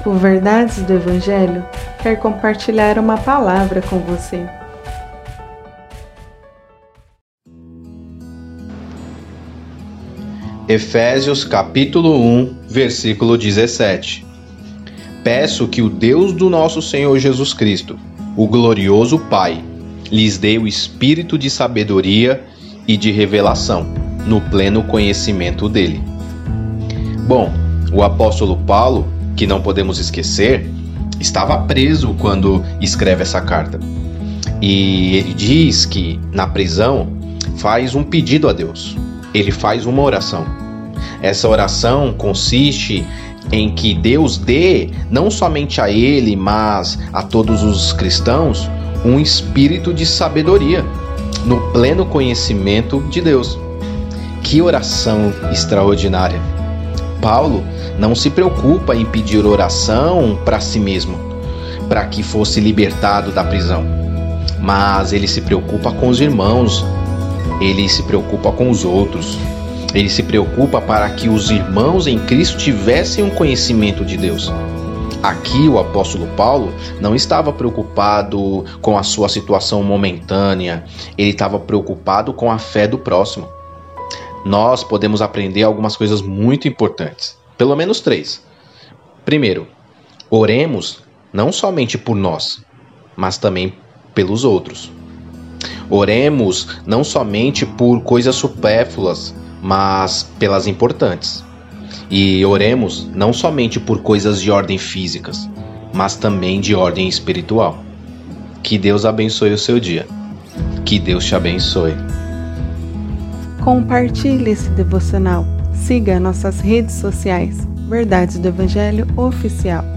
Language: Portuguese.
O Verdades do Evangelho quer compartilhar uma palavra com você. Efésios capítulo 1, versículo 17. Peço que o Deus do nosso Senhor Jesus Cristo, o glorioso Pai, lhes dê o espírito de sabedoria e de revelação, no pleno conhecimento dele. Bom, o apóstolo Paulo, que não podemos esquecer, estava preso quando escreve essa carta. E ele diz que, na prisão, faz um pedido a Deus. Ele faz uma oração. Essa oração consiste em que Deus dê, não somente a ele, mas a todos os cristãos, um espírito de sabedoria, no pleno conhecimento de Deus. Que oração extraordinária! Paulo não se preocupa em pedir oração para si mesmo, para que fosse libertado da prisão, mas ele se preocupa com os irmãos, ele se preocupa com os outros, ele se preocupa para que os irmãos em Cristo tivessem um conhecimento de Deus. Aqui o apóstolo Paulo não estava preocupado com a sua situação momentânea, ele estava preocupado com a fé do próximo. Nós podemos aprender algumas coisas muito importantes, pelo menos 3. Primeiro, oremos não somente por nós, mas também pelos outros. Oremos não somente por coisas supérfluas, mas pelas importantes. E oremos não somente por coisas de ordem físicas, mas também de ordem espiritual. Que Deus abençoe o seu dia. Que Deus te abençoe. Compartilhe esse devocional. Siga nossas redes sociais. Verdades do Evangelho Oficial.